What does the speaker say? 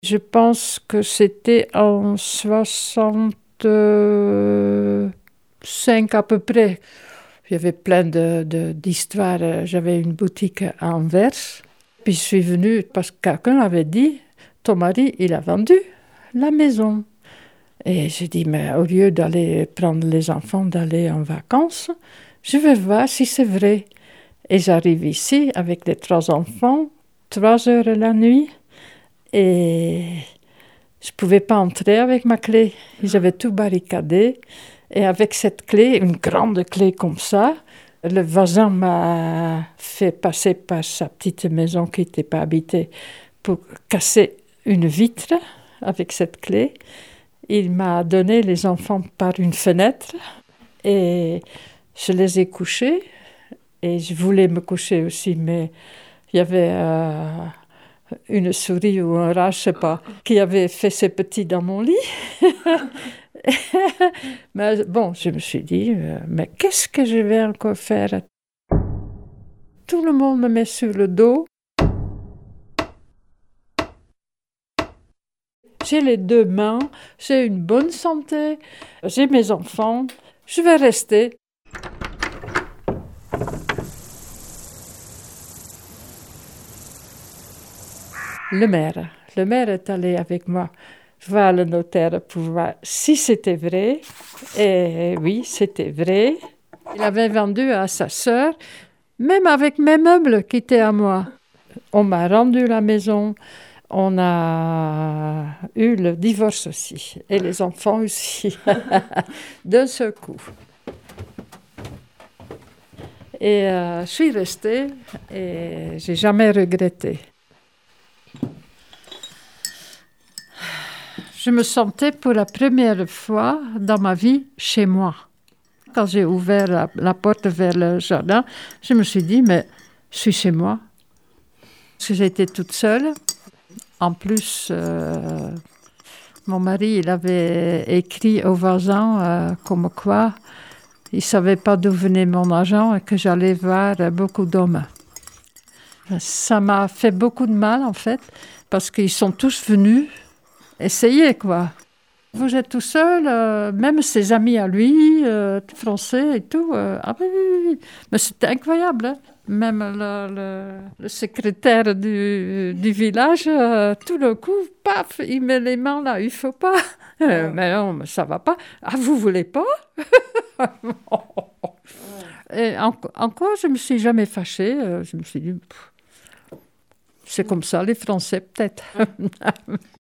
Je pense que c'était en 65 à peu près. Il y avait plein d'histoires. J'avais une boutique à Anvers. Puis je suis venue parce que quelqu'un avait dit, ton mari, il a vendu la maison. Et j'ai dit, mais au lieu d'aller prendre les enfants, d'aller en vacances, je vais voir si c'est vrai. Et j'arrive ici avec les 3 enfants, 3 heures la nuit. Et je ne pouvais pas entrer avec ma clé. Ils avaient tout barricadé. Et avec cette clé, une grande clé comme ça, le voisin m'a fait passer par sa petite maison qui n'était pas habitée pour casser une vitre avec cette clé. Il m'a donné les enfants par une fenêtre et je les ai couchés. Et je voulais me coucher aussi, mais il y avait une souris ou un rat, je ne sais pas, qui avait fait ses petits dans mon lit. Mais bon, je me suis dit, mais qu'est-ce que je vais encore faire? Tout le monde me met sur le dos. J'ai les 2 mains, j'ai une bonne santé, j'ai mes enfants, je vais rester. Le maire est allé avec moi voir le notaire pour voir si c'était vrai. Et oui, c'était vrai. Il avait vendu à sa sœur, même avec mes meubles qui étaient à moi. On m'a rendu la maison. On a eu le divorce aussi. Et les enfants aussi. D'un seul coup. Et je suis restée et j'ai jamais regretté. Je me sentais pour la première fois dans ma vie chez moi. Quand j'ai ouvert la porte vers le jardin, je me suis dit, mais je suis chez moi. Parce que j'étais toute seule. En plus, mon mari, il avait écrit au voisin comme quoi il ne savait pas d'où venait mon argent et que j'allais voir beaucoup d'hommes. Ça m'a fait beaucoup de mal, en fait, parce qu'ils sont tous venus essayer, quoi. Vous êtes tout seul, même ses amis à lui, français et tout. Ah oui, oui, oui. Mais c'était incroyable, hein. Même le secrétaire du village, tout d'un coup, paf, il met les mains là, il ne faut pas. Mais non, mais ça ne va pas. Ah, vous ne voulez pas? Et encore, je ne me suis jamais fâchée. Je me suis dit, c'est comme ça, les Français, peut-être.